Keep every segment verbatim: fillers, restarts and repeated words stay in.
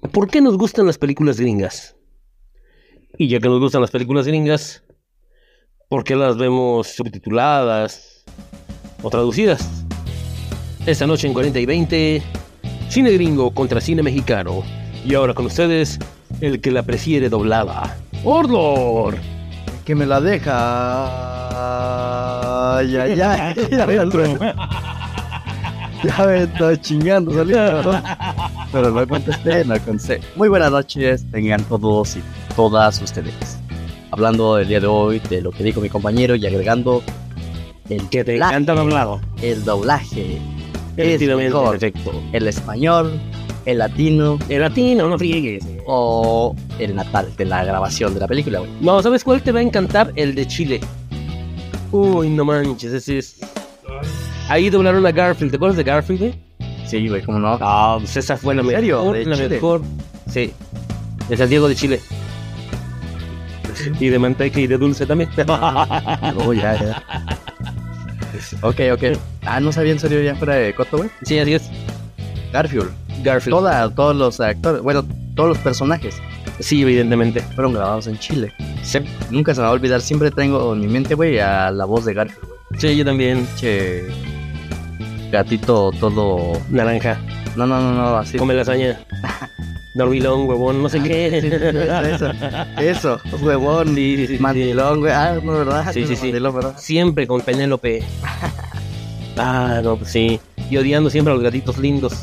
¿Por qué nos gustan las películas gringas? Y ya que nos gustan las películas gringas, ¿por qué las vemos subtituladas o traducidas? Esta noche en cuarenta y veinte, cine gringo contra cine mexicano. Y ahora con ustedes, el que la prefiere doblada, Ordlor. Que me la deja. Ay, ay, ay. Ya me entró. Ya me estoy chingando, solito. Pero no contesté, no contesté. Muy buenas noches, tengan todos y todas ustedes. Hablando el día de hoy de lo que dijo mi compañero y agregando el Que te doblaje. encanta doblado. El doblaje es Efectivamente, mejor. perfecto. El español, el latino El latino, no friegues. o el natal de la grabación de la película, güey. No, ¿sabes cuál te va a encantar? El de Chile. Uy, no manches, ese es... Ahí doblaron a Garfield, ¿te acuerdas de Garfield, güey? Sí, güey, cómo no. No, pues esa fue la ¿En serio? mejor, ¿De la Chile? mejor. Sí, de San Diego de Chile. Y de manteca y de dulce también. Oh, ya, ya. Ok, ok. Ah, no sabía en serio ya fuera de Coto, güey. Sí, así es. Garfield. Garfield. Toda, todos los actores, bueno, todos los personajes Sí, evidentemente. fueron grabados en Chile. Sí, Nunca se me va a olvidar, siempre tengo en mi mente, güey, a la voz de Garfield, güey. sí, yo también. Che, gatito todo... Naranja. No, no, no, no, así. Come lasaña. Dormilón, huevón, no sé qué. Eso, eso, huevón, Sí, sí, sí, sí. mandilón, güey. Ah, no, ¿verdad? Sí, sí, sí. Mandilón, ¿verdad? Siempre con Penélope. Ah, no, pues sí. Y odiando siempre a los gatitos lindos.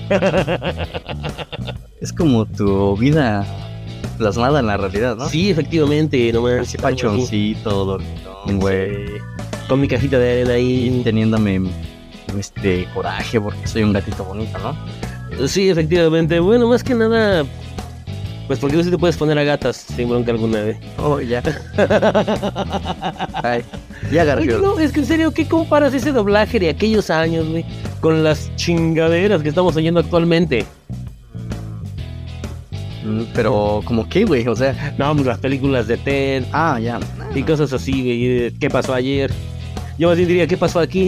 Es como tu vida plasmada en la realidad, ¿no? Sí, efectivamente, no me Así pachoncito, dormilón, güey. Con mi cajita de arena Y ahí. teniéndome este coraje porque soy un gatito bonito, ¿no? Sí, efectivamente. Bueno, más que nada, pues porque no se te puedes poner a gatas sin bronca alguna vez. Oh, ya. Ay, ya Oye, Garfield. no, es que en serio, ¿qué comparas ese doblaje de aquellos años, güey, con las chingaderas que estamos oyendo actualmente? Mm, Pero, ¿como qué, güey? O sea, No, pues las películas de Ted ah, ya. y cosas así, güey. ¿Qué pasó ayer? Yo más bien diría, ¿qué pasó aquí?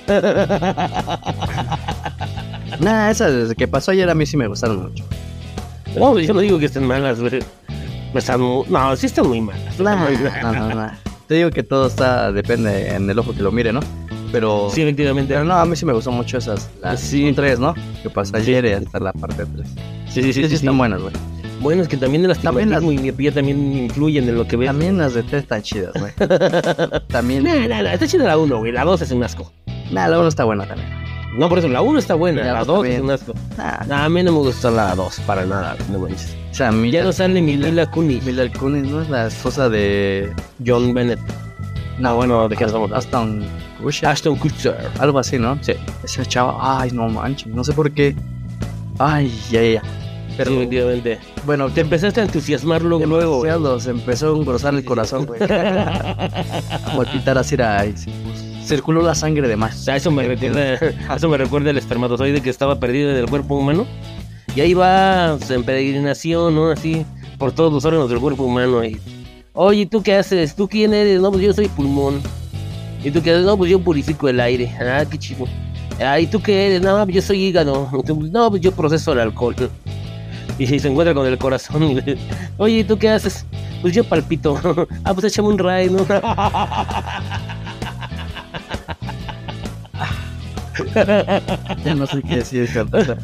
Nah, esas que pasó ayer a mí sí me gustaron mucho. No, yo no digo que estén malas, güey. Están muy... No, sí están muy malas. Nah, no, no, no. Te digo que todo está, depende en el ojo que lo mire, ¿no? Pero, Sí, efectivamente. pero no, a mí sí me gustó mucho esas. Las Sí. son tres, ¿no? Que pasó ayer y hasta la parte tres. Sí, sí, sí, Sí, sí, sí, sí. están buenas, güey. Bueno, es que también el También las- astigmatismo y miopía también influyen en lo que ves. También las de tres están chidas, güey. También. No, no, no, está chida la uno, güey. La dos es un asco. Nah, la uno está buena también. No, por eso, la uno está buena. Ya, La pues, dos también. es un asco. Nah, No, a mí no me gustó la dos para nada, no manches. o sea, Mila, Ya no sale mi Mila Kunis. Mila Kunis, ¿no? Es la esposa de... John Bennett. No, bueno, ¿de qué estamos hablando? Aston Kutcher. Ashton Kutcher. Algo así, ¿no? Sí, Esa chava, ay, no manches, no sé por qué. Ay, ya, ya, ya. Pero, sí, efectivamente. bueno, Te empezaste a entusiasmar luego, luego, güey. demasiado, se empezó a engrosar el corazón, güey. A palpitar así, era, y se puso- circuló la sangre de O más. sea, eso me recuerda, eso me recuerda el espermatozoide que estaba perdido del cuerpo humano. Y ahí va pues, en peregrinación, ¿no? Así, por todos los órganos del cuerpo humano. Y, oye, ¿tú qué haces? ¿Tú quién eres? No, pues yo soy pulmón. ¿Y tú qué haces? No, pues yo purifico el aire. Ah, qué chido. Ah, ¿y tú qué eres? No, pues yo soy hígado. No, pues yo proceso el alcohol. Y se encuentra con el corazón. Y le, oye, ¿y tú qué haces? Pues yo palpito. Ah, pues échame un ray, ¿no? Ya no sé qué decir, Carlota.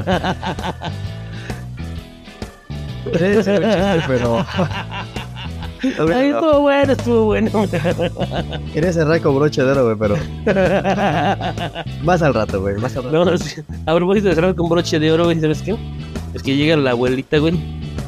Sí, sí, un chiste, pero... Ay, estuvo bueno, estuvo bueno. Quería cerrar con broche de oro, güey, pero... Más al rato, güey, más al rato. No, no, sí. A propósito de cerrar con broche de oro, güey, ¿sabes qué? Es que llega la abuelita, güey,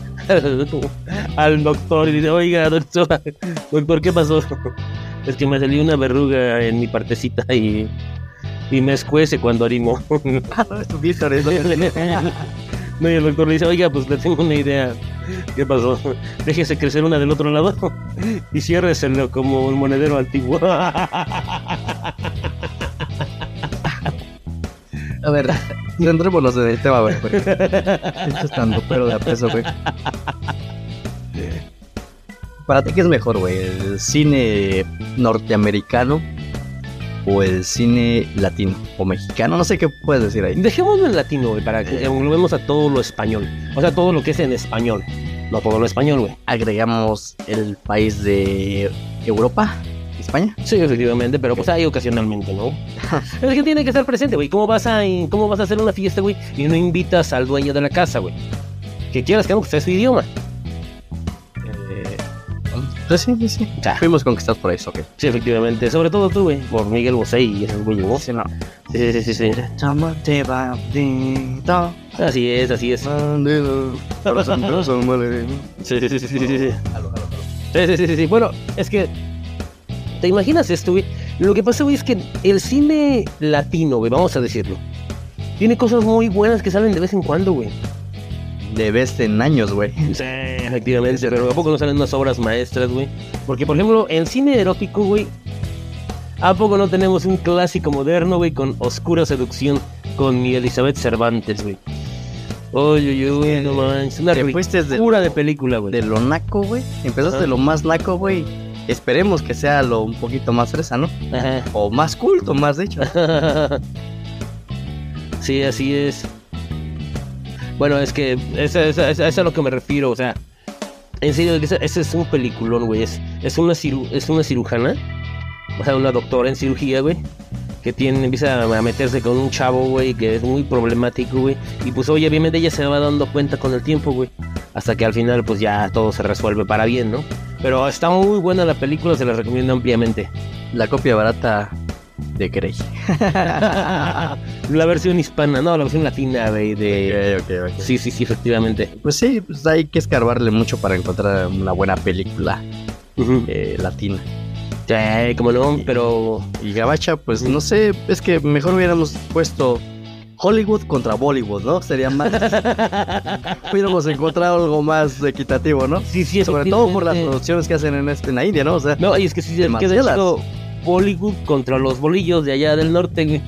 al doctor y dice, oiga, doctor, doctor, ¿qué pasó? Es que me salió una verruga en mi partecita y, y me escuece cuando orino. Ah, no, es tu Víctor, es lo que- No, y el doctor le dice, oiga, pues le tengo una idea. ¿Qué pasó? Déjese crecer una del otro lado y ciérreselo como un monedero antiguo. A ver, centrémonos en el tema, güey. porque Esto es tanto pero de apreso, güey. Para ti, ¿qué es mejor, güey? ¿El cine norteamericano o el cine latino o mexicano? No sé qué puedes decir ahí. Dejémoslo en latino, güey, para que englobemos a todo lo español. O sea, todo lo que es en español. No todo lo español, güey. Agregamos el país de Europa, España. Sí, efectivamente, pero pues ahí ocasionalmente, ¿no? Es que tiene que estar presente, güey. ¿Cómo vas a cómo vas a hacer una fiesta, güey, y no invitas al dueño de la casa, güey? Que quieras que no, pues es su idioma. Eh, pues sí, sí, sí. O sea, Fuimos conquistados por eso, ok. sí, efectivamente. Sobre todo tú, güey, por Miguel Bosé y esos güeyes, ¿no? Sí, no. Sí, sí, sí, sí. Así es, así es. Sí, sí, sí, sí, sí, sí, sí. Sí, sí, sí, sí, sí. Bueno, es que ¿te imaginas esto, güey? Lo que pasa, güey, es que el cine latino, güey, vamos a decirlo, tiene cosas muy buenas que salen de vez en cuando, güey. De vez en años, güey. Sí, efectivamente, pero ¿a poco no salen unas obras maestras, güey? Porque, por ejemplo, en cine erótico, güey, ¿a poco no tenemos un clásico moderno, güey, con Oscura Seducción, con mi Elizabeth Cervantes, güey? Oye, oye, güey, no manches, una Te fuiste de, pura de película, güey. de lo naco, güey. Empezaste Ajá. de lo más naco, güey. Esperemos que sea lo un poquito más fresa, ¿no? Ajá. O más culto, más dicho. Sí, así es. Bueno, es que eso es a lo que me refiero, o sea, en serio, ese, ese es un peliculón, güey. Es, es, una ciru, es una cirujana, o sea, una doctora en cirugía, güey, que tiene, empieza a meterse con un chavo, güey, que es muy problemático, güey. Y pues, oye, obviamente ella se va dando cuenta con el tiempo, güey. Hasta que al final, pues ya todo se resuelve para bien, ¿no? Pero está muy buena la película, se la recomiendo ampliamente. La copia barata de Grey. La versión hispana, no, la versión latina, güey, de... Ok, ok, ok. Sí, sí, sí, efectivamente. Pues sí, pues hay que escarbarle mucho para encontrar una buena película Uh-huh. eh, latina. Sí, como no, pero... Y gabacha, pues no sé, es que mejor hubiéramos puesto Hollywood contra Bollywood, ¿no? Sería más... hubiéramos encontrado algo más equitativo, ¿no? Sí, sí, Sobre todo por las efectivamente. producciones que hacen en, este, en la India, ¿no? O sea, No, y es que sí, es que de demasiadas. hecho, Bollywood contra los bolillos de allá del norte, güey.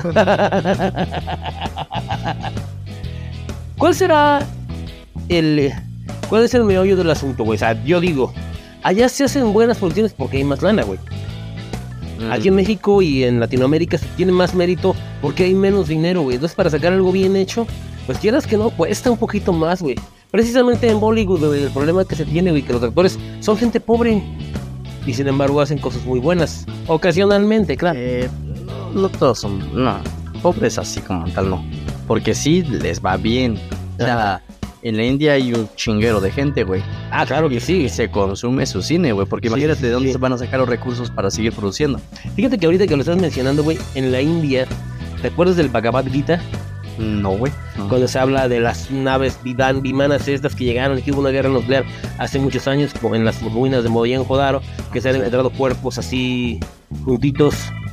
¿Cuál será el... ¿Cuál es el meollo del asunto, güey? O sea, yo digo, allá se hacen buenas producciones porque hay más lana, güey. mm, Aquí en México y en Latinoamérica se tiene más mérito porque hay menos dinero, güey. Entonces, para sacar algo bien hecho, pues quieras que no, cuesta un poquito más, güey. Precisamente en Bollywood, güey, el problema que se tiene, güey, que los actores son gente pobre y sin embargo hacen cosas muy buenas. Ocasionalmente, claro. eh, no, no todos son... No, pobres así como tal, no. Porque sí les va bien. O sea, en la India hay un chinguero de gente, güey. Ah, claro que sí. Y se consume su cine, güey. Porque Sí, imagínate de dónde sí. se van a sacar los recursos para seguir produciendo. Fíjate que ahorita que lo estás mencionando, güey, en la India, ¿te acuerdas del Bhagavad Gita? No, güey. No. Cuando se habla de las naves Viman, Vimanas estas que llegaron, que hubo una guerra nuclear hace muchos años, como en las ruinas de Mohenjo-Daro, que se han encontrado cuerpos así juntitos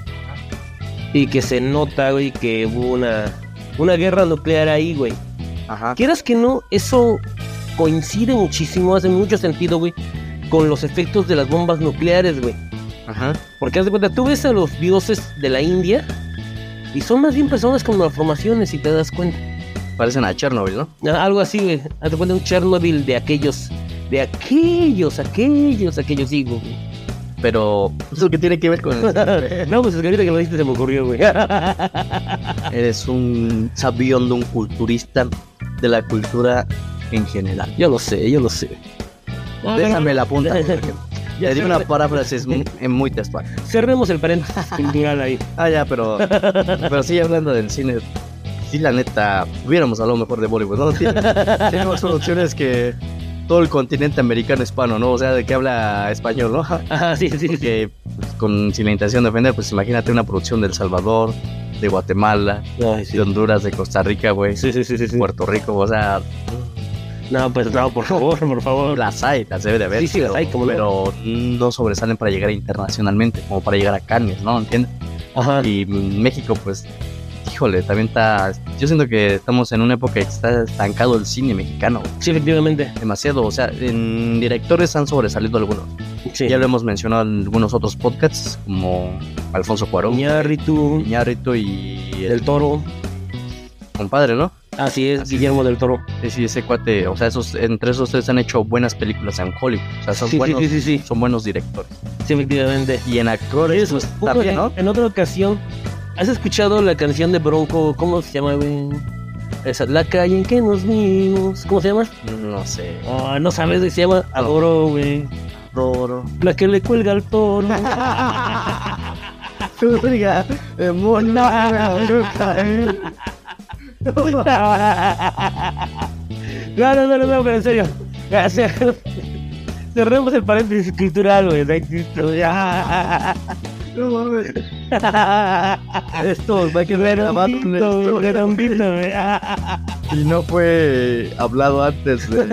y que se nota, güey, que hubo una, una guerra nuclear ahí, güey. Ajá. Quieras que no, eso coincide muchísimo, hace mucho sentido, güey, con los efectos de las bombas nucleares, güey. Ajá. Porque haz de cuenta, tú ves a los dioses de la India y son más bien personas con malformaciones, si te das cuenta. Parecen a Chernobyl, ¿no? Ah, algo así, güey. Haz de cuenta un Chernobyl de aquellos, de aquellos, aquellos, aquellos, digo, güey. Pero eso que tiene que ver con... No, pues es que ahorita que lo dijiste se me ocurrió, güey. Eres un sabiondo, un culturista de la cultura en general. Yo lo sé, yo lo sé. Déjame la punta. porque Ya Le di sé, una güey. paráfrasis muy, en muy textual. Cerremos el paréntesis cultural ahí. Ah, ya, pero... Pero sí, hablando del cine... Sí, la neta... Hubiéramos hablado mejor de Bollywood, ¿no? Tiene, tiene más producciones que... Todo el continente americano hispano, ¿no? O sea, de que habla español, ¿no? Ah, sí, sí, sí. Que pues, con, sin la intención de ofender, pues imagínate una producción de El Salvador, de Guatemala, Ay, sí. de Honduras, de Costa Rica, güey, Sí, sí, sí, sí, sí. Puerto Rico, o sea, No, pues no, por favor, por favor. las hay, las debe de haber. Sí, sí, las pero- hay, cómo no. Pero no sobresalen para llegar internacionalmente, como para llegar a Cannes, ¿no? ¿Entiendes? Ajá. Y mm, México, pues, híjole, también está... Yo siento que estamos en una época que está estancado el cine mexicano, güey, Sí, efectivamente. demasiado, o sea, en directores han sobresalido algunos. Sí. Ya lo hemos mencionado en algunos otros podcasts, como Alfonso Cuarón, Iñárritu, Iñárritu y el del Toro. compadre, ¿no? Así es, Así Guillermo del Toro. Sí, sí, ese cuate, o sea, esos, entre esos tres han hecho buenas películas en Hollywood. O sea, son Sí, sí, buenos, sí, sí, sí. son buenos directores. Sí, efectivamente. Y en actores, pues Puta, también, ¿no? En otra ocasión, ¿has escuchado la canción de Bronco? ¿Cómo se llama, güey? Esa, la calle en que nos vimos. ¿Cómo se llama? No sé. Oh, no sabes, se llama Adoro, güey. Adoro. La que le cuelga al toro. Oiga, eh, mona, No, no, no, no, no, pero en serio. O sea, cerremos el paréntesis cultural, güey. No existe, ya. no mames. Esto va a quedar redondito, redondito, güey. Y no fue hablado antes de...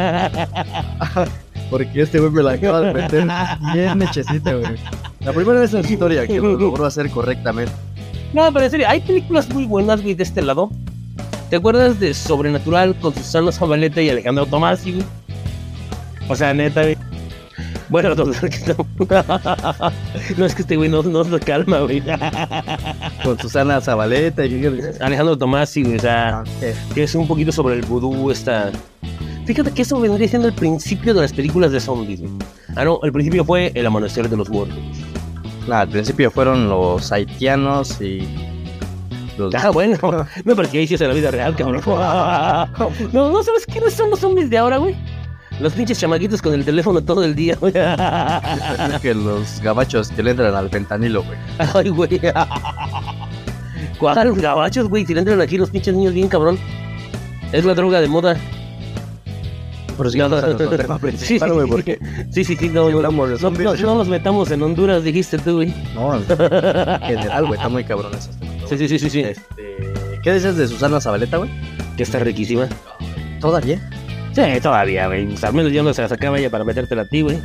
Porque este güey me la acaba de meter bien hechecita, güey. La primera vez en la historia que lo logró hacer correctamente. No, pero en serio, hay películas muy buenas, güey, de este lado. ¿Te acuerdas de Sobrenatural con Susana Zabaleta y Alejandro Tomasi, güey? O sea, neta, güey. Bueno, total, que no. No, es que este güey no, no se calma, güey. Con Susana Zabaleta y... Alejandro Tomasi, güey, o sea, que es un poquito sobre el vudú, esta... Fíjate que eso vendría siendo el principio de las películas de zombies, güey. Ah, no, el principio fue El Amanecer de los Muertos. Nah, al principio fueron los haitianos y... Los... Ah, bueno. No, pero que ahí sí es en la vida real, cabrón. No, ¿no sabes quiénes son los zombies de ahora, güey? Los pinches chamaquitos con el teléfono todo el día, güey. que los gabachos que le entran al fentanilo, güey. Ay, güey. ¿Cuál? Los gabachos, güey. Si le entran aquí los pinches niños bien, cabrón. Es la droga de moda. Pero si no, no, no, tema principal, güey, ¿por qué? Sí, sí, sí, no, no, no, no, no nos metamos en Honduras, dijiste tú, güey. No, en general, güey, está muy cabrón eso. Sí, sí, sí, sí, sí. Este, ¿qué dices de Susana Zabaleta, güey? Que está riquísima. ¿Todavía? Sí, todavía, güey. O sea, al menos yo no se la sacaba ella para metértela a ti, güey.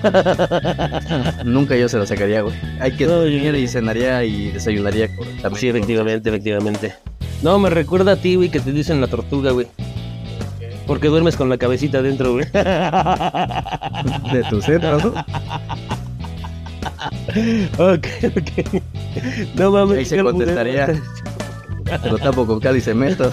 Nunca yo se la sacaría, güey. Hay que No, dormir yo- y cenaría y desayunaría correctamente. Sí, efectivamente, efectivamente. No, me recuerda a ti, güey, que te dicen la tortuga, güey. Porque duermes con la cabecita adentro, güey. De tu centro, ¿no? Ok, ok. No mames. Ahí se contestaría. Te lo tapo con cal y cemento.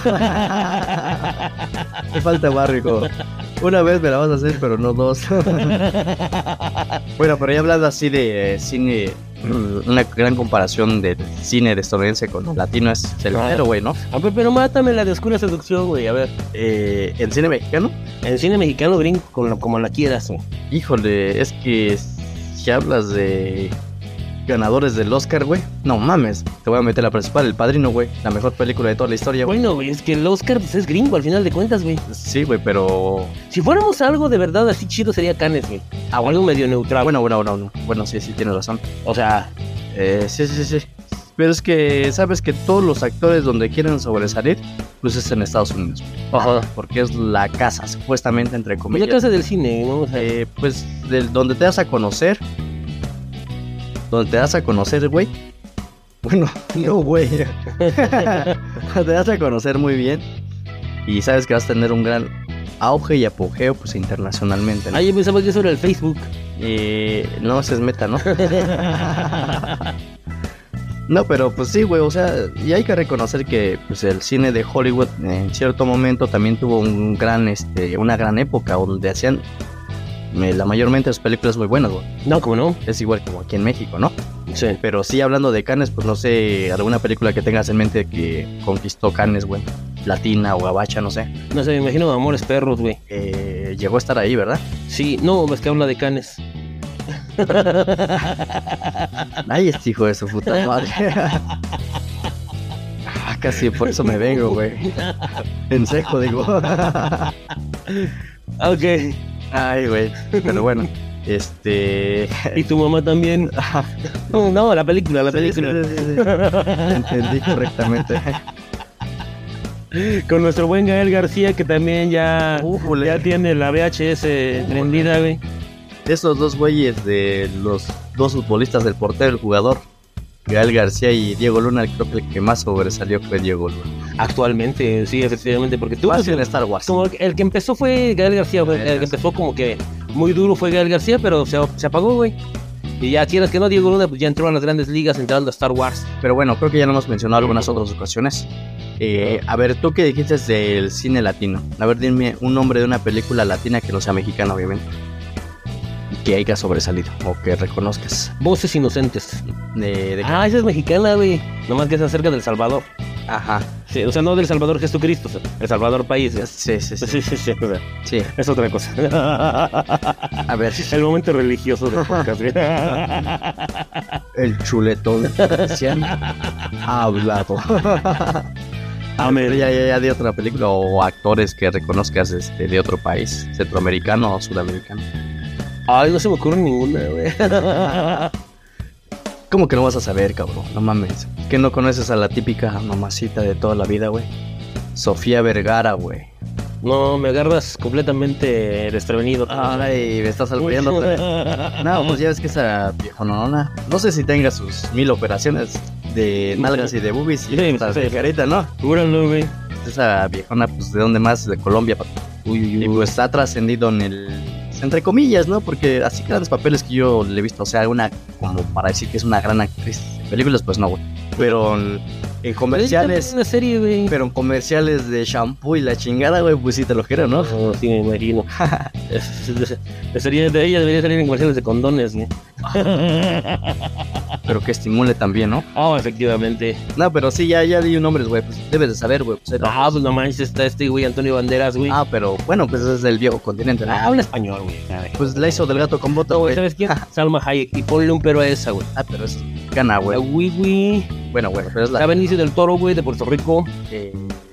Me falta barrio, hijo. Una vez me la vas a hacer, pero no dos. Bueno, pero ya hablando así de eh, cine, mm, una gran comparación de cine de estadounidense con latino es el primero, güey, ¿no? A ver, pero mátame la de Oscura Seducción, güey. A ver. Eh, en cine mexicano, En cine mexicano, gringo, con la- como la quieras, güey. híjole, es que si hablas de ganadores del Oscar, güey, no mames, te voy a meter la principal, El Padrino, güey, la mejor película de toda la historia, güey. Bueno, güey, es que el Oscar pues, es gringo al final de cuentas, güey. Sí, güey, pero... Si fuéramos algo de verdad así chido sería Cannes, güey. Ah, o algo medio neutral. Bueno, bueno, bueno, bueno, bueno, sí, sí, tienes razón. O sea, Eh, sí, sí, sí. Pero es que, ¿sabes que todos los actores donde quieren sobresalir, pues es en Estados Unidos? ajá. Porque es la casa, supuestamente, entre Pues comillas. la casa del cine, ¿no? O sea, Eh, pues, del, donde te das a conocer. Donde te das a conocer, güey. Bueno, no, güey. Te das a conocer muy bien. Y sabes que vas a tener un gran auge y apogeo, pues, internacionalmente, ¿no? ah, yo pensaba que eso era el Facebook. Eh, no, ese es meta, ¿no? No, pero pues sí, güey, o sea, y hay que reconocer que pues el cine de Hollywood en cierto momento también tuvo un gran, este, una gran época donde hacían eh, la mayormente las películas muy buenas, güey. No, ¿cómo no? Es igual como aquí en México, ¿no? Sí. Pero sí, hablando de Cannes, pues no sé, alguna película que tengas en mente que conquistó Cannes, güey, latina o gabacha, no sé. No sé, me imagino Amores Perros, güey. Eh, llegó a estar ahí, ¿verdad? Sí, no, es que habla de Cannes. Ay, este hijo de su puta madre. Ah, casi por eso me vengo, güey. En seco, digo. Ok. Ay, güey. Pero bueno, este. Y tu mamá también. No, no, la película, la Sí, sí, película. sí, sí, sí. Entendí correctamente. Con nuestro buen Gael García, que también ya, Ujule. ya tiene la V H S prendida, güey. Esos dos güeyes de los dos futbolistas, del portero y el jugador, Gael García y Diego Luna, creo que el que más sobresalió fue Diego Luna. Actualmente, sí, efectivamente, porque tú... Más en Star Wars. Como que el que empezó fue Gael García, güey. El que empezó como que muy duro fue Gael García, pero se, se apagó, güey. Y ya quieras que no, Diego Luna pues ya entró a las grandes ligas entrando a Star Wars. Pero bueno, creo que ya lo hemos mencionado algunas otras ocasiones. Eh, a ver, ¿tú qué dijiste del cine latino? A ver, dime un nombre de una película latina que no sea mexicana, obviamente. Y que haya sobresalido o que reconozcas. Voces Inocentes. De, de... Ah, esa es mexicana, güey. Nomás que es acerca del Salvador. Ajá. Sí, o sea, no del Salvador Jesucristo, o sea, el Salvador país. ¿eh? Sí, sí, sí. Sí, sí, sí, o sea, Sí. es otra cosa. A ver, El momento religioso del podcast, güey. el chuletón cristiano ha hablado. Amén. Ya, ya, ya de otra película o actores que reconozcas este, de otro país, centroamericano o sudamericano. Ay, no se me ocurre ninguna, güey. ¿Cómo que no vas a saber, cabrón? No mames. ¿Que no conoces a la típica mamacita de toda la vida, güey? Sofía Vergara, güey. No, me agarras completamente desprevenido. Ay, me estás salvando. No, pues ya ves que esa viejonona, no sé si tenga sus mil operaciones de nalgas y de boobies y Sí, esta sí. carita, ¿no? Júralo, güey. Esa viejona, pues, ¿de dónde más? De Colombia, papi. Uy, uy, Y uy. pues ha trascendido en el... entre comillas, ¿no? Porque así grandes papeles que yo le he visto, o sea, una como para decir que es una gran actriz. En películas, pues no, güey. Pero en, en comerciales... Una serie, güey. Pero en comerciales de shampoo y la chingada, güey, pues sí te lo quiero, ¿no? No, sí, me imagino. Es- es- es- sería de ella debería salir en comerciales de condones, güey. Pero que estimule también, ¿no? Oh, efectivamente. No, pero sí, ya, ya di un nombre, güey, pues debes de saber, güey. Pues, Ah, pues no manches, está este güey Antonio Banderas, güey. ah, pero bueno, pues es del viejo continente, ¿no? Ah, habla español, güey. Ay. Pues la hizo del gato con bota, güey. ¿Sabes quién? Salma Hayek. Y ponle un pero a esa, güey. Ah, pero es gana, La güey. Wii Wii. Bueno, bueno, pero es La la... Benicio del Toro, güey, de Puerto Rico. eh,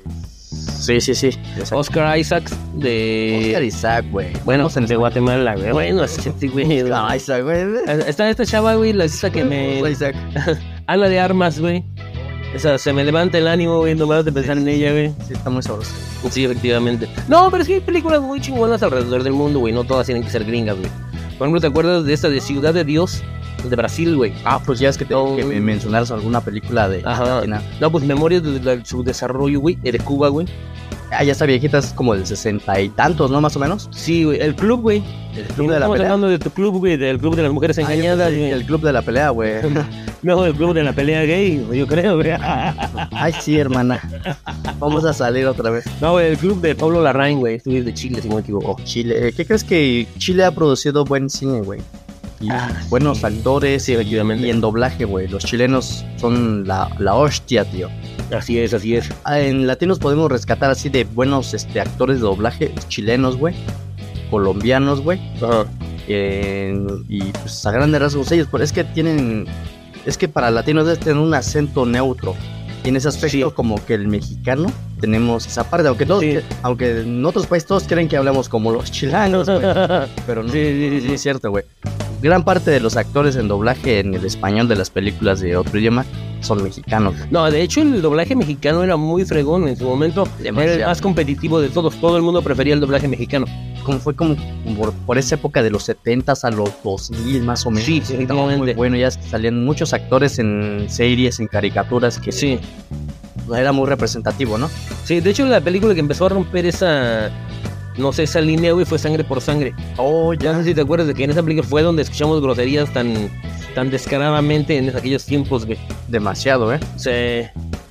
Sí, sí, sí. Exacto. Oscar Isaacs, de... Oscar Isaac, güey. Bueno, No sé en de Guatemala, güey. Bueno, sí, sí, güey. Oscar Isaac, güey. Está esta chava, güey, la esta que me... Oscar Isaac. Ana de Armas, güey. Esa, se me levanta el ánimo, güey, nomás de pensar en ella, güey. Sí, está muy sabroso. Sí, efectivamente. No, pero es que hay películas muy chingonas alrededor del mundo, güey. No todas tienen que ser gringas, güey. Por ejemplo, ¿te acuerdas de esta de Ciudad de Dios? De Brasil, güey. Ah, pues ya es que te No. que me mencionaras alguna película de... Ajá. latina. No, pues Memorias de, de su desarrollo, güey, de Cuba, güey. Ah, ya está viejita, es como del sesenta y tantos, ¿no? Más o menos. Sí, güey. El club, güey. El club de la Estamos pelea. hablando de tu club, güey, del club de las mujeres Ah, yo engañadas, pensé que güey. el club de la pelea, güey. No, el club de la pelea gay, yo creo, güey. Ay, sí, hermana. Vamos a salir otra vez. No, güey, el club de Pablo Larraín, güey. Estuve de Chile, si no me equivoco. Chile. Eh, ¿Qué crees que Chile ha producido buen cine, güey? Y Ah, buenos sí. actores Sí, efectivamente. y en doblaje, güey. Los chilenos son la, la hostia, tío. Así es, así es. Ah, en latinos podemos rescatar así de buenos este, actores de doblaje chilenos, güey. Colombianos, güey. Ajá. Eh, y pues a grandes rasgos ellos, pero es que tienen, es que para latinos debe tener un acento neutro. Y en ese aspecto Sí. como que el mexicano tenemos esa parte, aunque todos, Sí. aunque en otros países todos creen que hablamos como los chilenos, güey, pero no, Sí, sí, sí, sí. no es cierto, güey. Gran parte de los actores en doblaje en el español de las películas de otro idioma son mexicanos. No, de hecho el doblaje mexicano era muy fregón en su momento. Era el Demasiado. más competitivo de todos. Todo el mundo prefería el doblaje mexicano. Como fue como por, por esa época de los setentas a los dos mil más o menos. Sí, Estaba efectivamente. muy bueno, ya salían muchos actores en series, en caricaturas que Sí. era muy representativo, ¿no? Sí, de hecho la película que empezó a romper esa... No sé, esa línea, güey, fue Sangre por Sangre. Oh, Ya no sé si te acuerdas de que en esa película fue donde escuchamos groserías tan, tan descaradamente en aquellos tiempos, güey. demasiado, ¿eh? O sea...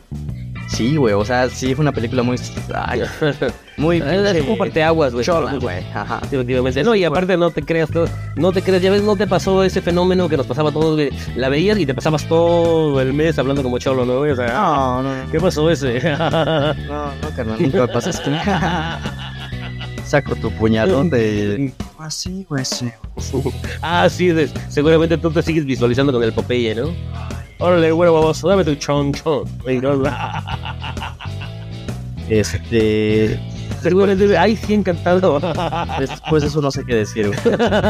Sí, güey, o sea, sí fue una película muy... ay, muy... es como parteaguas, güey. chola, güey, ajá. Sí, efectivamente. No, y aparte no te creas todo, no te creas, ya ves, no te pasó ese fenómeno que nos pasaba a todos, güey. La veías y te pasabas todo el mes hablando como cholo, ¿no, güey? O sea, No, no, no, ¿qué pasó ese? no, no, carnal, nunca me pasa esto. Saco tu puñalón de... Ah, sí, güey, sí. Ah, sí, de- seguramente tú te sigues visualizando con el Popeye, ¿no? Órale, güey, vamos, dame tu chon chon. Güey, no, Este... seguramente, ay, sí, encantado. Después de eso no sé qué decir, güey.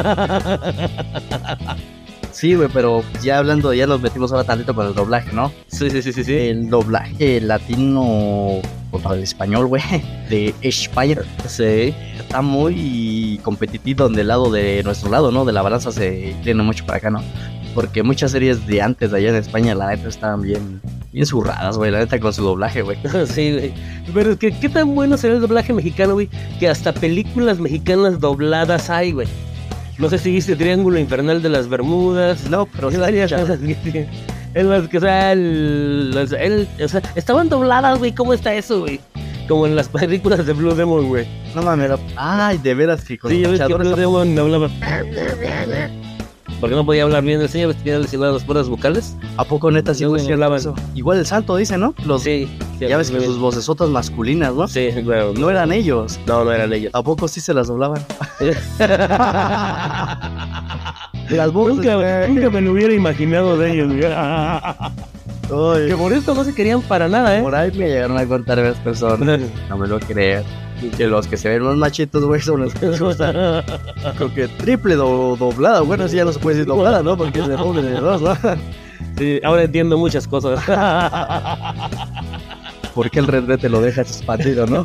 Sí, güey, pero ya hablando, ya nos metimos ahora tantito con el doblaje, ¿no? Sí, sí, sí, sí, sí. El doblaje latino, o el español, güey, de España, Sí. está muy competitivo del lado de nuestro lado, ¿no? De la balanza se inclina mucho para acá, ¿no? Porque muchas series de antes, de allá en España, la neta, estaban bien, bien zurradas, güey, la neta, con su doblaje, güey. Sí, güey. Pero es que, ¿qué tan bueno será el doblaje mexicano, güey? Que hasta películas mexicanas dobladas hay, güey. No sé si viste Triángulo Infernal de las Bermudas. No, pero Hay varias cosas que sí. Es más, que o sea, el, los- el- o sea, estaban dobladas, güey. ¿Cómo está eso, güey? Como en las películas de Blue Demon, güey. No mames, era- ay, de veras que con Sí, ya ves que luchadores Blue Demon hablaba. Porque no podía hablar bien el señor, ves que tenía lesionadas las cuerdas vocales. ¿A poco neta sí, No, güey? sí hablaban. Eso. Igual el santo dice, ¿no? Los, Sí, sí, ya ves que sí, sus vocesotas masculinas, ¿no? sí, claro. No eran ellos. No, no eran ellos. ¿A poco sí se las doblaban? Las voces, Nunca, güey. nunca me lo hubiera imaginado de ellos, güey. Ay, Que por esto no se querían para nada, ¿eh? por ahí me llegaron a contar varias personas. No me lo creo. Que los que se ven más machitos, güey, son los que usan. Creo que triple do- doblada. Bueno, sí ya no se puede decir doblada, ¿no? Porque es de doble de dos, ¿no? Sí, ahora entiendo muchas cosas. ¿Por qué el Red Dead te lo dejas expandido, no?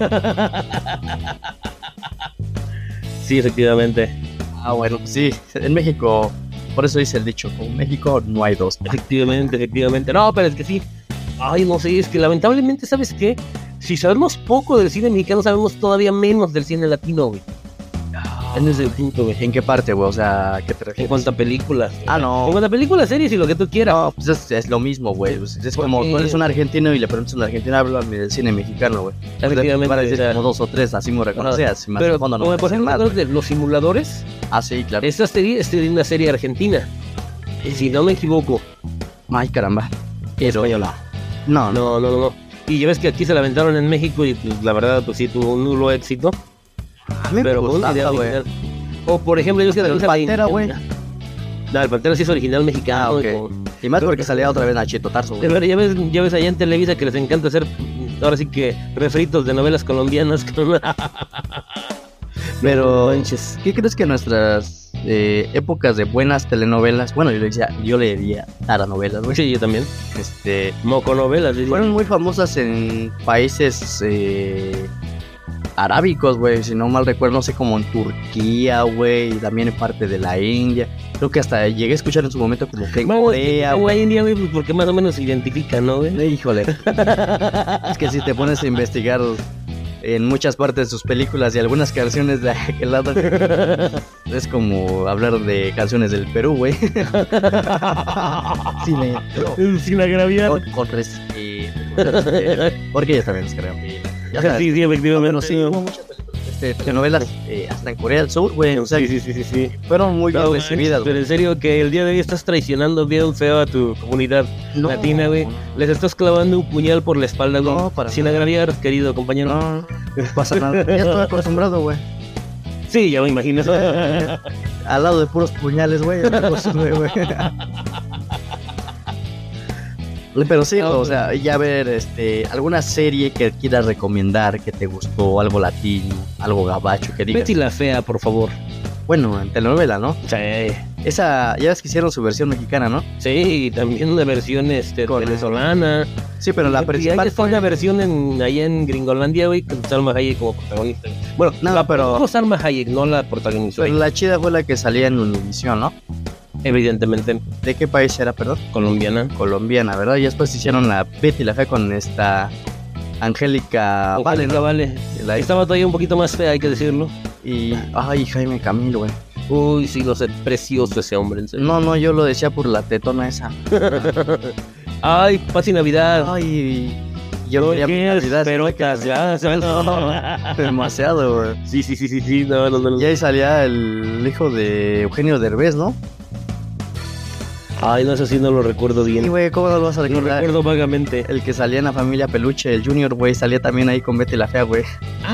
Sí, efectivamente. Ah, bueno, sí. En México, por eso dice el dicho, con México no hay dos. Efectivamente, efectivamente. No, pero es que sí. Ay, no sé, es que lamentablemente, ¿sabes qué? Si sabemos poco del cine mexicano, sabemos todavía menos del cine latino, güey. En ese punto, güey. ¿En qué parte, güey? O sea, ¿qué te En refieres? cuanto a películas. Ah, En no. cuanto a películas, series y lo que tú quieras. No, pues es, es lo mismo, güey. Pues es como Porque- tú eres un argentino y le preguntas a un argentino, háblame del cine mexicano, güey. Efectivamente, Van a decir o sea, como dos o tres, así muy reconocidas. Si más Pero, a fondo no como me por dicen ejemplo, más, güey. de los simuladores, Ah, sí, claro. esta serie es de una serie argentina. Y si no me equivoco. Ay, caramba. Española. No, no. No, no, no, no. Y ya ves que aquí se la aventaron en México y pues, la verdad, pues sí, tuvo un nulo éxito. A mí me Pero fue una idea gustaba, güey. original. O por ejemplo, yo sé que El Pantera, güey. No, el Pantera sí es original mexicano. Ah, ok. y con- Y más porque salía otra vez Nachito Tarso, güey. Pero ya ves, ya ves allá en Televisa que les encanta hacer, ahora sí que, refritos de novelas colombianas. Con... Pero, No manches. ¿qué crees que nuestras eh, épocas de buenas telenovelas, bueno, yo le decía, yo le diría taranovelas, güey, Sí, yo también. este, Moconovelas. diría. fueron muy famosas en países eh, arábicos, güey, si no mal recuerdo, no sé, como en Turquía, güey, y también en parte de la India. Creo que hasta llegué a escuchar en su momento como que en Vamos, Corea, güey. güey, India, güey, pues, porque más o menos se identifica, ¿no, güey? Híjole. Es que si te pones a investigar en muchas partes de sus películas y algunas canciones de aquel lado, es como hablar de canciones del Perú, güey. Sí, le- Sin agraviar. con, con respeto, con respeto. Porque ellos también nos crean bien. Ya sabes, Sí, sí, efectivamente. bueno, sí, hubo muchas películas, este, telenovelas eh, hasta en Corea del Sur, güey. O sea, Sí, sí, sí, sí, sí. fueron muy bien No, recibidas, pero güey. en serio que el día de hoy estás traicionando bien feo a tu comunidad No, latina, güey. Les estás clavando un puñal por la espalda, güey. No, para Sin nada. agraviar, querido compañero. No, no pasa nada. Ya estoy acostumbrado, güey. Sí, ya me imagino. Al lado de puros puñales, güey. ya me acostumbré, güey. Pero sí, o sea, ya ver, este, alguna serie que quieras recomendar, que te gustó, algo latino, algo gabacho, que digas. Betty la fea, por favor. Bueno, en telenovela, ¿no? Sí, Esa, ya ves que hicieron su versión mexicana, ¿no? sí, y también una versión este, Con- venezolana. Sí, pero la Y hay principal está una versión en, allá en Gringolandia, güey, con Salma Hayek como protagonista. Bueno, No, la pero- no Salma Hayek, no la protagonista. Pero la chida fue la que salía en Univision, ¿no? Evidentemente, ¿De qué país era, perdón? colombiana. Colombiana, ¿verdad? Y después hicieron la Betty la Fea con esta Angélica Vale, Angélica ¿no? Vale. La- Estaba todavía un poquito más fea, hay que decirlo. Y, ay, Jaime Camilo, güey. Uy, sí, lo sé, precioso ese hombre, en serio. No, no, yo lo decía por la tetona esa. Ay, paz y Navidad. Ay, yo No, quería qué Navidad, perotas, ya. ¿sabes? demasiado, güey. Sí, sí, sí, sí, sí, no, no, no. Y ahí salía el hijo de Eugenio Derbez, ¿no? Ay, no, eso sí no lo recuerdo Sí, bien. güey, ¿cómo no lo vas a Lo recordar? recuerdo vagamente. El que salía en la familia Peluche, el Junior, güey, salía también ahí con Betty la Fea, güey.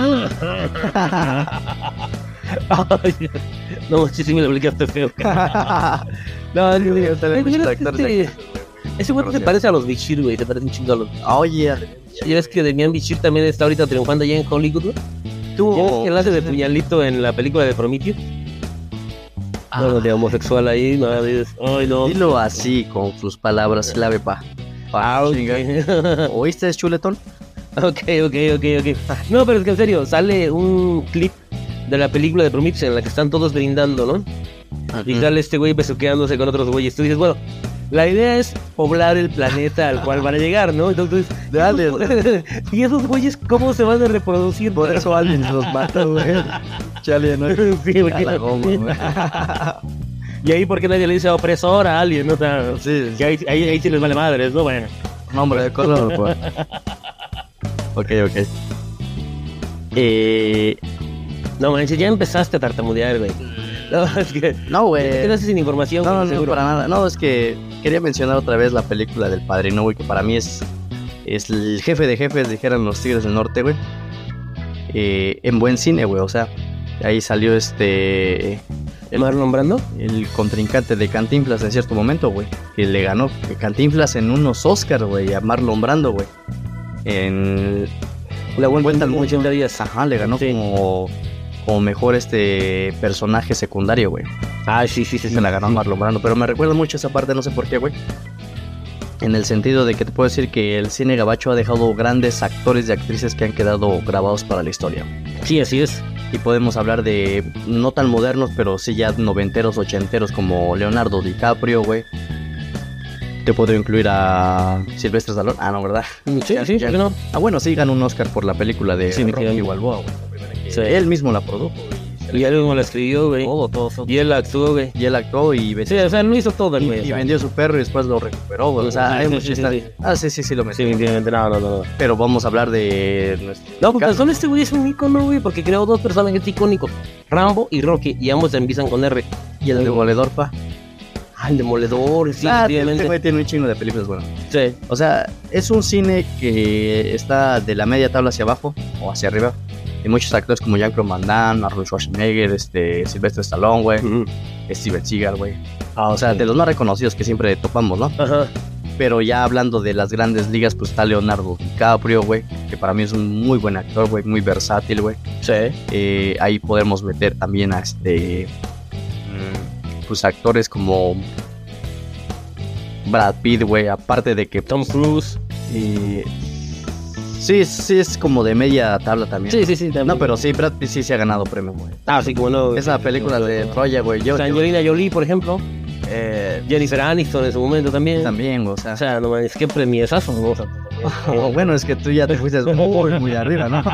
Ay, no, muchísimo le aplicaste feo. No, no, Sí, está bien, Ay, mira, actores, este- ese güey se parece a los Bichir, güey, se parece un chingo a los. Oye, Ya ves que Demian Bichir también está ahorita triunfando allá en Hollywood, güey. ¿Tú ya ves que él hace de puñalito en la película de Prometheus? Bueno, de homosexual ahí, no, dices, ay, no. dilo así, con sus palabras clave, pa. pa Ah, ok. chingar. ¿Oíste, chuletón? ok, ok, ok, ok. No, pero es que en serio, sale un clip de la película de Prometheus en la que están todos brindando, ¿no? Y sale este güey besuqueándose con otros güeyes. Tú dices, bueno, la idea es poblar el planeta al cual van a llegar, ¿no? Entonces, Dale. ¿y esos güeyes cómo se van a reproducir? Por eso alguien los mata, güey. Chale, ¿no? Sí, güey. A la goma, güey. Y ahí, ¿por qué nadie le dice opresor a alguien? ¿No? O sea, Sí, que ahí, ahí, ahí sí les vale madres, ¿no? Bueno. nombre de color, pues. Ok, ok. Eh, No, manches, ya empezaste a tartamudear, güey. No, es que... no, Te güey. quedaste sin información, No, güey, no, no, seguro. para nada. No, es que quería mencionar otra vez la película del Padrino, güey, que para mí es, es el jefe de jefes, dijeran los Tigres del Norte, güey. Eh, en buen cine, güey, o sea, ahí salió este... ¿Marlon Brando? El contrincante de Cantinflas en cierto momento, güey. Que le ganó Cantinflas en unos Oscars, güey, a Marlon Brando, güey. En La vuelta Vuelta al al Mundo. ochenta días. Ajá, le ganó Sí. como, como mejor este personaje secundario, güey. Ah, sí, sí, sí. sí. Se la ganó Marlon Brando. Pero me recuerda mucho esa parte, no sé por qué, güey. En el sentido de que te puedo decir que el cine gabacho ha dejado grandes actores y actrices que han quedado grabados para la historia. Sí, así es. Y podemos hablar de no tan modernos, pero sí ya noventeros, ochenteros como Leonardo DiCaprio, güey. Te puedo incluir a Silvestre Stallone. Ah, no, ¿verdad? Sí, Ya- sí, ya- ¿por qué no? Ah, bueno, sí, ganó un Oscar por la película de Sí, me Rocky quedo- Balboa, güey. Sí. Él mismo la produjo, güey. Y él mismo la escribió, güey. Todo, todo, todo. Y él actuó, güey. Y él actuó y Sí, vendió, o sea, lo hizo todo el y, güey. o y sea. vendió su perro y después lo recuperó, güey. O sea, Sí, hay sí, muchas sí, sí, historias. sí. Ah, sí, sí, sí, lo Sí, metí. definitivamente, no, no, no. no. Pero vamos a hablar de nuestro... No, porque solo este güey es un ícono, güey, porque creó dos personajes icónicos, Rambo y Rocky, y ambos empiezan con R. Y el demoledor, pa. Ah, el Demoledor, sí, Ah, este efectivamente. güey tiene un chingo de películas, bueno. Sí. O sea, es un cine que está de la media tabla hacia abajo o hacia arriba. Hay muchos actores como Jean-Claude Van Damme, Arnold Schwarzenegger, este, Sylvester Stallone, güey, Ujú. Steven Seagal, güey. Ah, O sea, sí. de los más reconocidos que siempre topamos, ¿no? Ajá. Pero ya hablando de las grandes ligas, pues está Leonardo DiCaprio, güey, que para mí es un muy buen actor, güey, muy versátil, güey. Sí. Eh, ahí podemos meter también a este, mm, pues actores como Brad Pitt, güey, aparte de que Tom Cruise. eh, sí, sí es como de media tabla también. Sí, sí, sí. También. No, pero sí, Brad Pitt sí se ha ganado premio, güey. Ah, sí, como no. Esa película de Troya, güey, yo, O sea, yo- Angelina Jolie, por ejemplo. eh, Jennifer Aniston en su momento también. también, güey, o sea, O sea, no mames, qué premiesazo, ¿no? O sea, bueno, es que tú ya te fuiste muy, muy arriba, ¿no?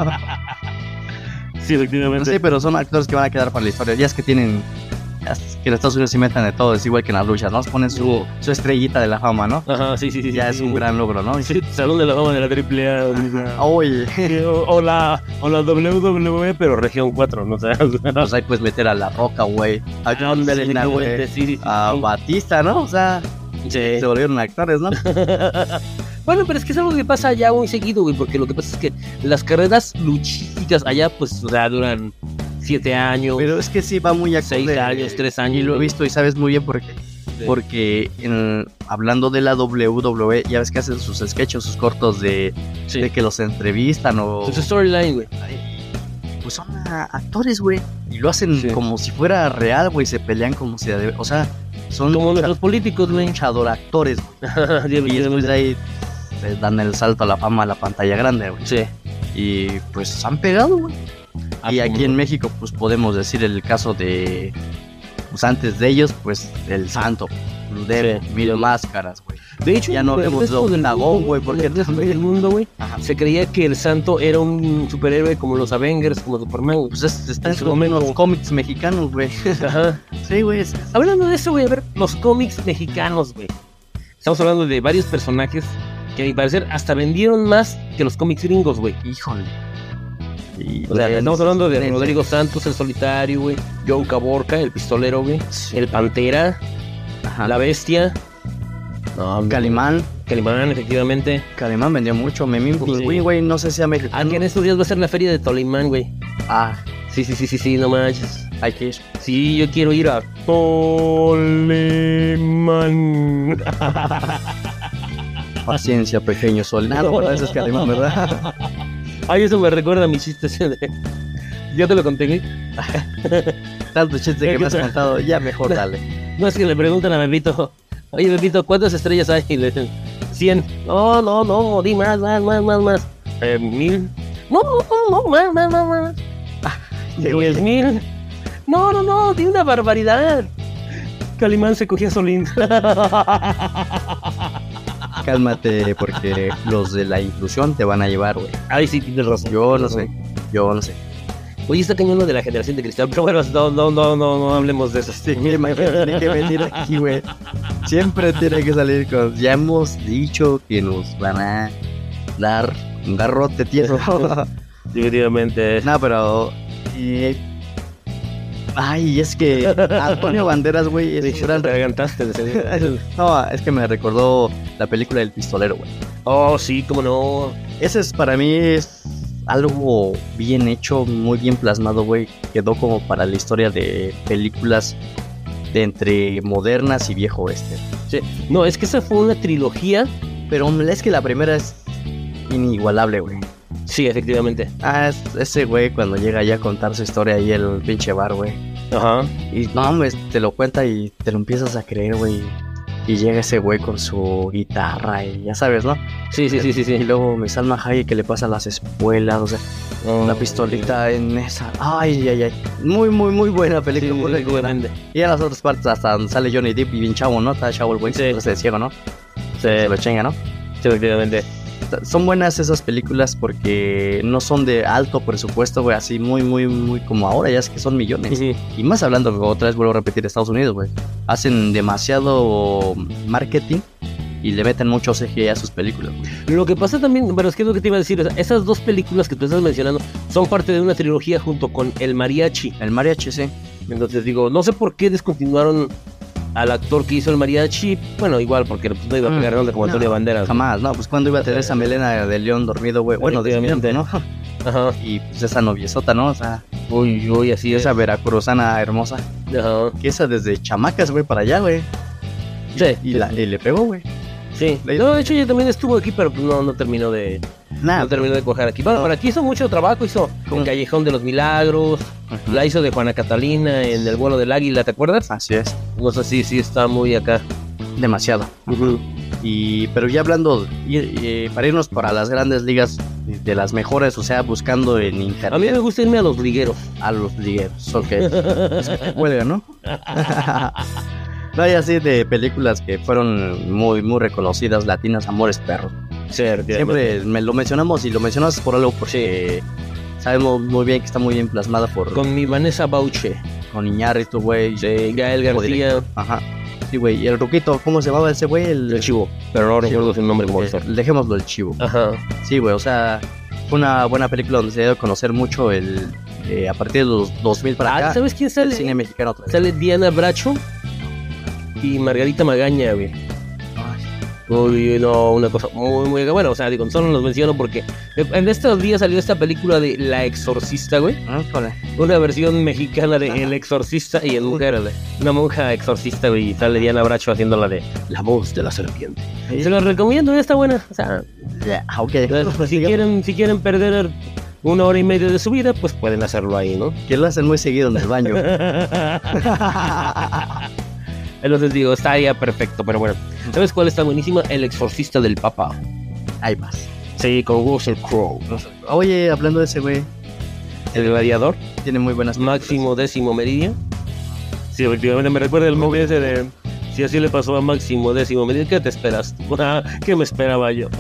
sí, efectivamente. Sí, pero son actores que van a quedar para la historia. Ya es que tienen. ya es que en Estados Unidos se inventan de todo, es igual que en las luchas, ¿no? Ponen su, su estrellita de la fama, ¿no? Ajá, sí, sí, sí. Ya sí, es sí. un gran logro, ¿no? Sí, Salón de la Fama de la Triple A. o sea. Oye, o, o la, o la W W E, pero región cuatro, no sé. pues ahí puedes meter a La Roca, güey. A John Ándale, Cena, sí, güey. sí, sí, A sí. Batista, ¿no? O sea, Sí. se volvieron actores, ¿no? Bueno, pero es que es algo que pasa allá muy seguido, güey, porque lo que pasa es que las carreras luchísticas allá, pues, o sea, duran siete años, Pero es que sí va muy acorde. seis años, tres años. Y lo he güey. visto y sabes muy bien por qué. Sí. Porque en- hablando de la W W E, ya ves que hacen sus sketches, sus cortos de, Sí. de que los entrevistan o... Su storyline, güey. Pues son ah, actores, güey. Y lo hacen Sí. como si fuera real, güey. Se pelean como si... de- O sea, son Como lucha- nuestros políticos, güey. luchador-actores, güey. Y después de ahí les dan el salto a la fama a la pantalla grande, güey. Sí. Y pues han pegado, güey. Ah, Y aquí como- en México, pues podemos decir el caso de... Pues antes de ellos, pues el Santo, Blue Demon, Sí. Mil Máscaras, güey. De hecho, Ya no el vemos resto del Octagón, mundo, güey, porque el resto también- del mundo, güey, Ajá. se creía que el santo era un superhéroe como los Avengers, como Superman, güey. Pues es- está En en su los momento. cómics mexicanos, güey. Ajá. Sí, güey. es- Hablando de eso, güey, a ver, los cómics mexicanos, güey. Estamos hablando de varios personajes que a mi parecer hasta vendieron más que los cómics gringos, güey. Híjole. Y, O sea, güey, estamos hablando de neta. Rodrigo Santos, el solitario, güey. John Caborca, el pistolero, güey. El Pantera, Ajá. la Bestia. No, Calimán. Calimán, efectivamente. Calimán vendió mucho. Memín, pues, Sí. güey, güey, no sé si sea Ah, mexicano. que en estos días va a ser la feria de Tolimán, güey. Ah, Sí, sí, sí, sí, sí, no manches. hay que ir. Sí, yo quiero ir a Tolimán. Paciencia, pequeño sol. Ah, no, pero ese es Calimán, ¿verdad? Ay, eso me recuerda a mis chistes. de- Ya te lo conté, güey. Tanto chiste que me has contado. Ya mejor dale. No es que le preguntan a Pepito, oye Pepito, ¿cuántas estrellas hay? Y le dicen, cien. No, no, no, di más, más, más, más, más. Eh, mil. No, no, no, más, más, más, más. Diez mil. No, no, no, di una barbaridad. Calimán se cogía solín. Cálmate, porque los de la inclusión te van a llevar, güey. Ay, sí, tienes razón. Yo no sé. Yo no sé. Oye, está cañón lo de la generación de cristal, pero bueno, no, no, no, no, no hablemos de eso. Sí, imagínate que venir aquí, güey. Siempre tiene que salir con... Ya hemos dicho que nos van a dar un garrote tierno. Definitivamente. No, pero... eh, Ay, es que Antonio Banderas, güey, es Sí, un gran... te adelantaste de ese- No, es que me recordó la película del pistolero, güey. Oh, sí, cómo no. Ese es, para mí, es algo bien hecho, muy bien plasmado, güey. Quedó como para la historia de películas de entre modernas y viejo oeste. Sí. No, es que esa fue una trilogía. Pero es que la primera es inigualable, güey. Sí, efectivamente. Ah, es ese güey cuando llega ya a contar su historia ahí el pinche bar, güey. Ajá. Y no, hombre, te lo cuenta y te lo empiezas a creer, güey. Y llega ese güey con su guitarra y ya sabes, ¿no? Sí, sí, sí, sí, Y sí. luego mi Salma Hayek que le pasa a las espuelas, o sea, Oh, la pistolita en esa. Ay, ay, ay. Muy, muy, muy buena Sí, película. muy recomendada. efectivamente. Y en las otras partes hasta donde sale Johnny Depp y bien chavo, ¿no? Está chavo el güey, Sí. entonces de ciego, ¿no? Sí, Se lo chinga, ¿no? sí, efectivamente. Son buenas esas películas porque no son de alto presupuesto, güey, así muy, muy, muy como ahora, ya es que son millones. Ujú. Y más hablando, otra vez vuelvo a repetir, Estados Unidos, güey. Hacen demasiado marketing y le meten mucho C G I a sus películas, güey. Lo que pasa también, pero es que es lo que te iba a decir, o sea, esas dos películas que tú estás mencionando son parte de una trilogía junto con El Mariachi. El mariachi, sí. Entonces digo, no sé por qué descontinuaron al actor que hizo El Mariachi. Bueno, igual, porque pues, no iba a pegar onda como No, Antonio Banderas. Jamás, ¿no? Pues cuando iba a tener esa melena de león dormido, güey. Bueno, de león, ¿no? Ajá. Y pues esa noviezota, ¿no? O sea, Uy, uy, así es. esa veracruzana hermosa. Ajá. Que esa desde chamacas, güey, para allá, güey. Sí, Y, la, y le pegó, güey. sí. No, de hecho ella también estuvo aquí, pero pues, no, no terminó de... Nada. No terminó de coger aquí. Bueno, pero aquí hizo mucho trabajo, hizo ¿Cómo? El Callejón de los Milagros, Ujú. la hizo de Juana Catalina en El Vuelo del Águila, ¿te acuerdas? Así es. No sé si sí está muy acá. Demasiado. Y, pero ya hablando, y, y para irnos para las grandes ligas de las mejores, o sea, buscando en internet A mí me gusta irme a los ligueros. a los ligueros, ok. Es que huelga, ¿no? No hay así de películas que fueron muy, muy reconocidas, latinas, Amores Perros. Siempre me lo mencionamos y lo mencionas por algo porque sabemos muy bien que está muy bien plasmada por Con mi Vanessa Bauche, con Iñárritu, güey. de Gael García, Ajá. Sí, güey. Y el ruquito, ¿cómo se llamaba ese güey? El, el Chivo. Pero no recuerdo su nombre como eh, actor. dejémoslo el chivo. Ajá. Sí, güey, o sea, fue una buena película donde se dio a conocer mucho el eh, a partir de los dos mil para Ah, acá. ¿sabes quién El sale? cine mexicano otra vez. Sale Diana Bracho y Margarita Magaña, güey. Ay, Uy, no, una cosa muy, muy... Bueno, o sea, digo, solo los menciono porque en estos días salió esta película de La Exorcista, güey. híjole. Una versión mexicana de El Exorcista y en mujer, güey. Una monja exorcista, güey, y sale Diana Bracho haciéndola de La Voz de la Serpiente. Sí. Se la recomiendo, está buena. O sea, Ya, ok. si quieren, si quieren perder una hora y media de su vida, pues pueden hacerlo ahí, ¿no? Que lo hacen muy seguido en el baño. Entonces digo, está ya perfecto, pero bueno. ¿Sabes cuál está buenísima? El Exorcista del Papa. Hay más. Sí, con Russell Crowe. Oye, hablando de ese güey, El Gladiador. tiene muy buenas películas. Máximo Décimo Meridio. Sí, efectivamente me recuerda el movie ese de... Si así le pasó a Máximo Décimo Meridio, ¿qué te esperas? ¿Qué me esperaba yo?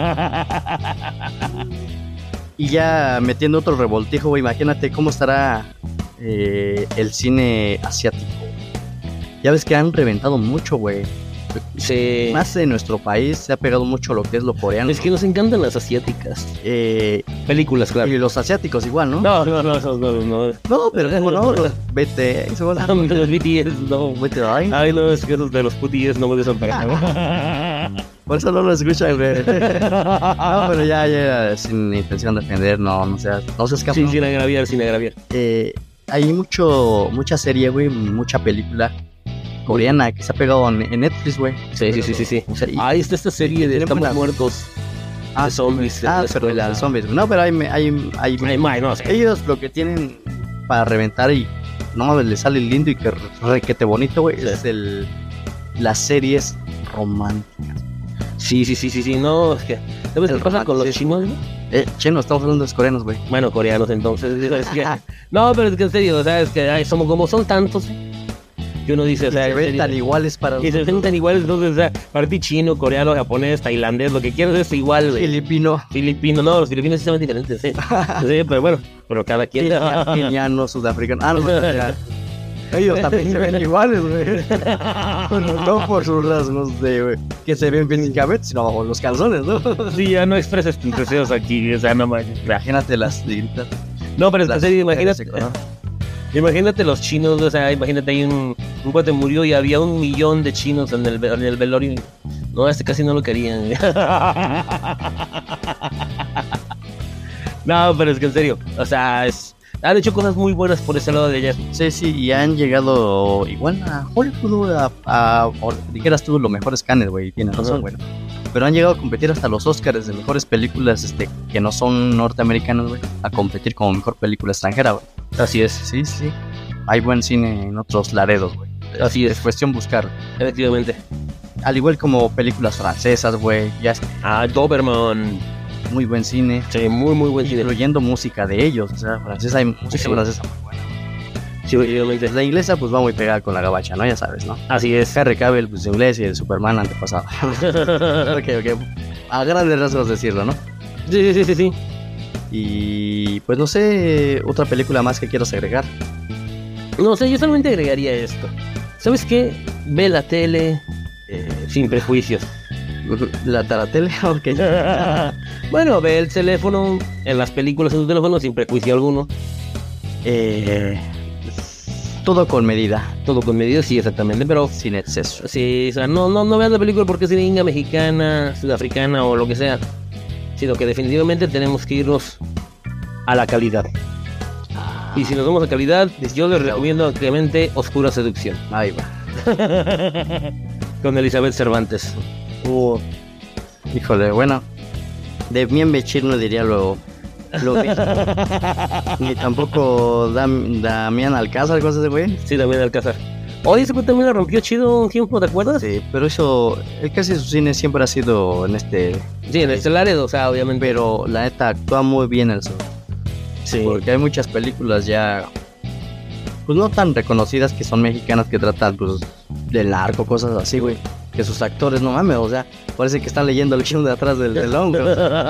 Y ya metiendo otro revoltijo, güey, imagínate cómo estará eh, el cine asiático. Ya ves que han reventado mucho, güey. Sí. Más en nuestro país se ha pegado mucho lo que es lo coreano. Es que nos encantan las asiáticas. Eh, Películas, claro. y los asiáticos igual, ¿no? No, no, no, esos no, no. No, pero como no, los B T S, güey. Los B T S, no. B T S. Ay, no, es que esos de los putillos no me gustan para nada. Por eso no lo escuchan, güey. No, pero ya, ya, sin intención de ofender, no, no seas, no seas cabrón. Sí, sin agraviar, sin agraviar. Eh, hay mucho, mucha serie, güey, mucha película coreana que se ha pegado en, en Netflix, güey. Sí, sí, sí, sí, sí. O sea, y- Ahí está esta serie de tiene Estamos buena- Muertos. Ah, de zombies. de Ah, la pero escuela. la zombies. No, pero hay, hay, hay, Ay, may, no sé. ellos lo que tienen para reventar y no les sale lindo y que requete bonito, güey, Sí. es el las series románticas. Sí, sí, sí, sí, sí, no, es que... ¿Sabes El qué pasa con los romance. chinos, güey? Eh, che, no estamos hablando de los coreanos, güey. Bueno, coreanos, entonces, digo, es que... No, pero es que en serio, o sea, es que ay, somos como son tantos, ¿eh? que uno dice, o sea, se ven tan iguales para y se ven tan iguales, entonces, o sea, para ti chino, coreano, japonés, tailandés, lo que quieras es igual, güey. Filipino. Filipino, no, los filipinos sí son diferentes, sí. Sí, pero bueno, pero cada quien. Keniano, sudafricano. Ah, no, ya. Ellos también se ven iguales, güey. Bueno, no por sus rasgos de, güey, que se ven físicamente, sino por los calzones, ¿no? Sí, ya no expreses tus deseos aquí, o sea, no manches. Imagínate las digritas. No, pero en serio, imagínate. Ese color. Imagínate los chinos, o sea, imagínate ahí un, un cuate murió y había un millón de chinos en el, en el velorio. No, este casi no lo querían. No, pero es que en serio, o sea, es, han hecho cosas muy buenas por ese lado de allá. Sí, sí, y han llegado igual a Hollywood, a, a, o dijeras tú, los mejores canes, güey, tienes razón, güey. Pero han llegado a competir hasta los Oscars de mejores películas este, que no son norteamericanas, güey, a competir como mejor película extranjera, güey. Así es. Sí, sí. Hay buen cine en otros laredos, güey. Así es. Es cuestión buscar. Efectivamente. Al igual como películas francesas, güey, ya es Ah, Doberman. muy buen cine. Sí, muy, muy buen cine. Incluyendo música de ellos, o sea, francesa hay música Sí. francesa muy buena. Sí, efectivamente. La inglesa pues va muy pegada con la gabacha, ¿no? Ya sabes, ¿no? Así es. Henry Cavill, pues inglés y el Superman antepasado. Ok, ok. A grandes rasgos decirlo, ¿no? Sí, sí, sí, sí, sí. Y pues no sé, otra película más que quieras agregar. No sé, yo solamente agregaría esto. ¿Sabes qué? Ve la tele eh, sin prejuicios. La taratele, ok. Bueno, ve el teléfono en las películas en tu teléfono sin prejuicio alguno. Eh, todo con medida, Todo con medida, sí, exactamente, pero sin exceso. sí, o sea, no, no, no veas la película porque es gringa, mexicana, sudafricana o lo que sea, sino que definitivamente tenemos que irnos a la calidad. Y si nos vamos a calidad, yo les recomiendo ampliamente Oscura Seducción Ahí va. con Elizabeth Cervantes. Uh, híjole, bueno. De bien Bechir no diría lo... lo ni tampoco Dam, Damián Alcázar, cosas de güey. Sí, también Alcázar. Oye, ese güey también la rompió chido un tiempo, ¿te acuerdas? Sí, pero eso, el casi su cine siempre ha sido en este... Sí, en Estelares, o sea, obviamente. Pero la neta actúa muy bien el sol. Sí. Porque hay muchas películas ya, pues no tan reconocidas que son mexicanas que tratan pues del narco, cosas así, güey. Que sus actores, no mames, o sea, parece que están leyendo el guión de atrás del telón, güey.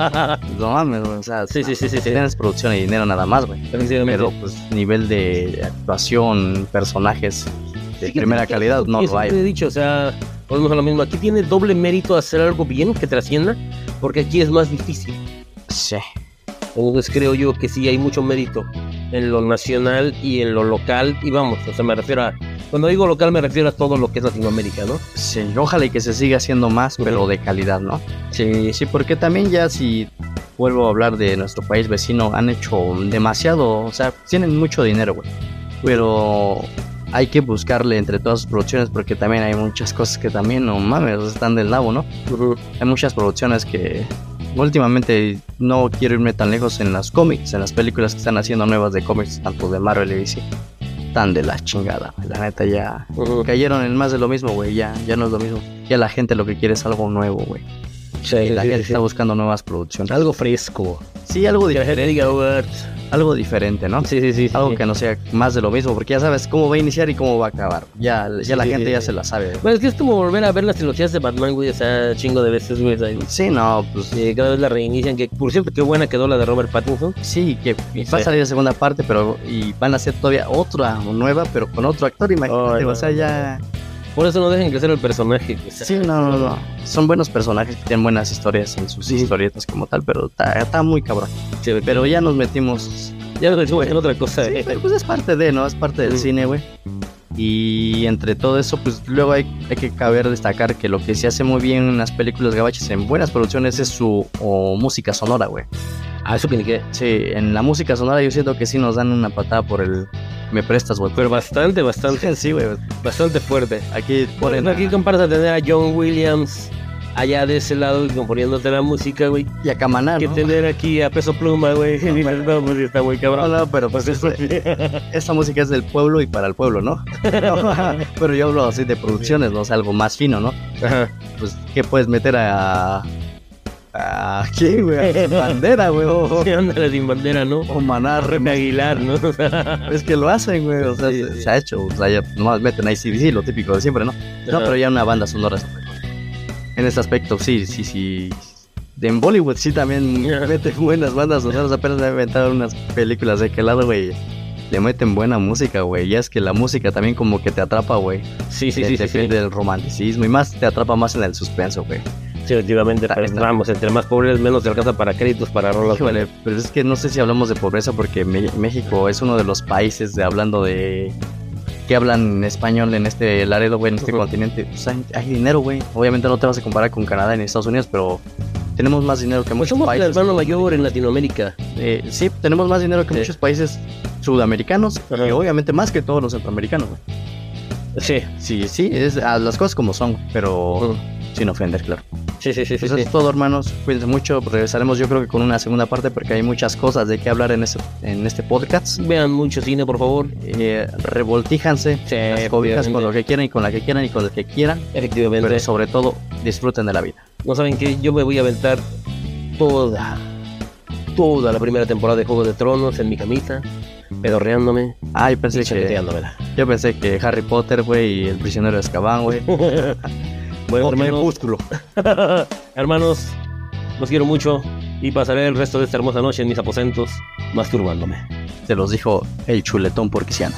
No mames, güey, o sea, Sí, sí, sí, sí, sí. tienes producción y dinero nada más, güey. Efectivamente. Pero pues nivel de actuación, personajes de primera calidad no Eso lo hay. te he dicho, o sea, volvemos a lo mismo. Aquí tiene doble mérito hacer algo bien que trascienda, porque aquí es más difícil. Sí. Entonces creo yo que sí hay mucho mérito en lo nacional y en lo local. Y vamos, o sea, me refiero a... Cuando digo local me refiero a todo lo que es Latinoamérica, ¿no? Sí, ojalá y que se siga haciendo más, pero Ujú. de calidad, ¿no? Sí, sí, porque también ya si vuelvo a hablar de nuestro país vecino, han hecho demasiado, o sea, tienen mucho dinero, güey. Pero hay que buscarle entre todas sus producciones porque también hay muchas cosas que también, no mames, están del nabo, ¿no? Hay muchas producciones que últimamente no quiero irme tan lejos en las cómics, en las películas que están haciendo nuevas de cómics, tanto de Marvel y D C. Tan de la chingada, güey. La neta ya Ujú. cayeron en más de lo mismo, güey. Ya, ya no es lo mismo. Ya la gente lo que quiere es algo nuevo, güey. Sí, Y la sí, gente sí. está buscando nuevas producciones. Algo fresco. Sí, algo Que la diferente. gente diga, "What?". Algo diferente, ¿no? Sí, sí, sí. Algo sí. que no sea más de lo mismo, porque ya sabes cómo va a iniciar y cómo va a acabar. Ya, ya Sí, la sí, gente sí, ya sí. se la sabe. Bueno, es que es como volver a ver las trilogías de Batman, güey, o sea, chingo de veces, güey. o sea, Sí, no, pues eh, cada vez la reinician, que por cierto, qué buena quedó la de Robert Pattinson. sí, que Sí. va a salir la segunda parte, pero y van a hacer todavía otra nueva, pero con otro actor, imagínate. Ay, no. O sea, ya. Por eso no dejen crecer el personaje. güey. Sí, no, no, no. Son buenos personajes que tienen buenas historias en sus historietas como tal, pero está, está muy cabrón. Sí, güey, Pero ya nos metimos. ya nos decimos en otra cosa. Sí, eh. pero pues es parte de, ¿no? Es parte del Mm. cine, güey. Y entre todo eso, pues luego hay, hay que caber destacar que lo que se hace muy bien en las películas gabachas, en buenas producciones, es su o música sonora, güey. Ah, eso que ni qué. Sí, en la música sonora yo siento que sí nos dan una patada por el... Me prestas, güey. Pero bastante, bastante, Sí, güey. bastante fuerte. Aquí ponen... Bueno, aquí comparas a tener a John Williams allá de ese lado componiéndote la música, güey. Y a Camaná, Que ¿no? tener aquí a Peso Pluma, güey. No, pues sí está muy No, cabrón. no, pero pues es- esta música es del pueblo y para el pueblo, ¿no? Pero yo hablo así de producciones, ¿no? O sea, algo más fino, ¿no? Ajá. Pues, ¿qué puedes meter a, ¿A quién, güey? Sin bandera, güey. O, Sí, ándale sin bandera, ¿no? o Maná. René Aguilar, ¿no? O sea, Es que lo hacen, güey. O sea, Sí, se, sí. se ha hecho. O sea, ya nomás meten ahí sí, sí, lo típico de siempre, ¿no? No, Ajá. pero ya una banda sonora. En ese aspecto, sí, sí, sí. De en Bollywood sí también Ajá. meten buenas bandas sonoras. Apenas me inventaron unas películas de aquel lado, güey. Le meten buena música, güey. Ya es que la música también como que te atrapa, güey. sí, sí, Te- sí, te sí, sí. pierde el romanticismo y más te atrapa más en el suspenso, güey. Sí, efectivamente, Está- pero está- vamos, entre más pobres, menos te alcanza para créditos, para rolas. Híjole, pero es que no sé si hablamos de pobreza porque Me- México es uno de los países de hablando de que hablan español en este Laredo, güey, en este Ujú. continente. Pues hay, hay dinero, güey. Obviamente no te vas a comparar con Canadá ni Estados Unidos, pero tenemos más dinero que Pues muchos somos el países. hermano mayor en Latinoamérica. Eh, sí, tenemos más dinero que Sí. muchos países sudamericanos Ajá. y obviamente más que todos los centroamericanos, güey. Sí. Sí, sí, es a las cosas como son, pero Ujú. sin ofender, claro. Sí, sí, sí, sí. Pues sí. eso es todo, hermanos. Cuídense mucho. Regresaremos, yo creo que con una segunda parte porque hay muchas cosas de qué hablar en este, en este podcast. Vean mucho cine, por favor. Eh, revoltíjanse Sí, las cobijas con efectivamente. lo que quieran y con la que quieran y con lo que quieran. Efectivamente. Pero sobre todo, disfruten de la vida. No saben que yo me voy a aventar toda, toda la primera temporada de Juego de Tronos en mi camisa, pedorreándome Ah, yo pensé y que, chaqueteándomela. yo pensé que Harry Potter, güey, y el prisionero de Azkaban, güey. Bueno, O hermanos, Crepúsculo. hermanos, los quiero mucho y pasaré el resto de esta hermosa noche en mis aposentos masturbándome. Se los dijo el chuletón porquisiano.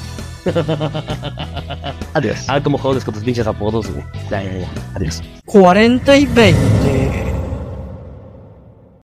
Adiós. Ah, como jodes con tus pinches apodos, güey. Ya, ya, ya. Adiós. cuarenta y veinte.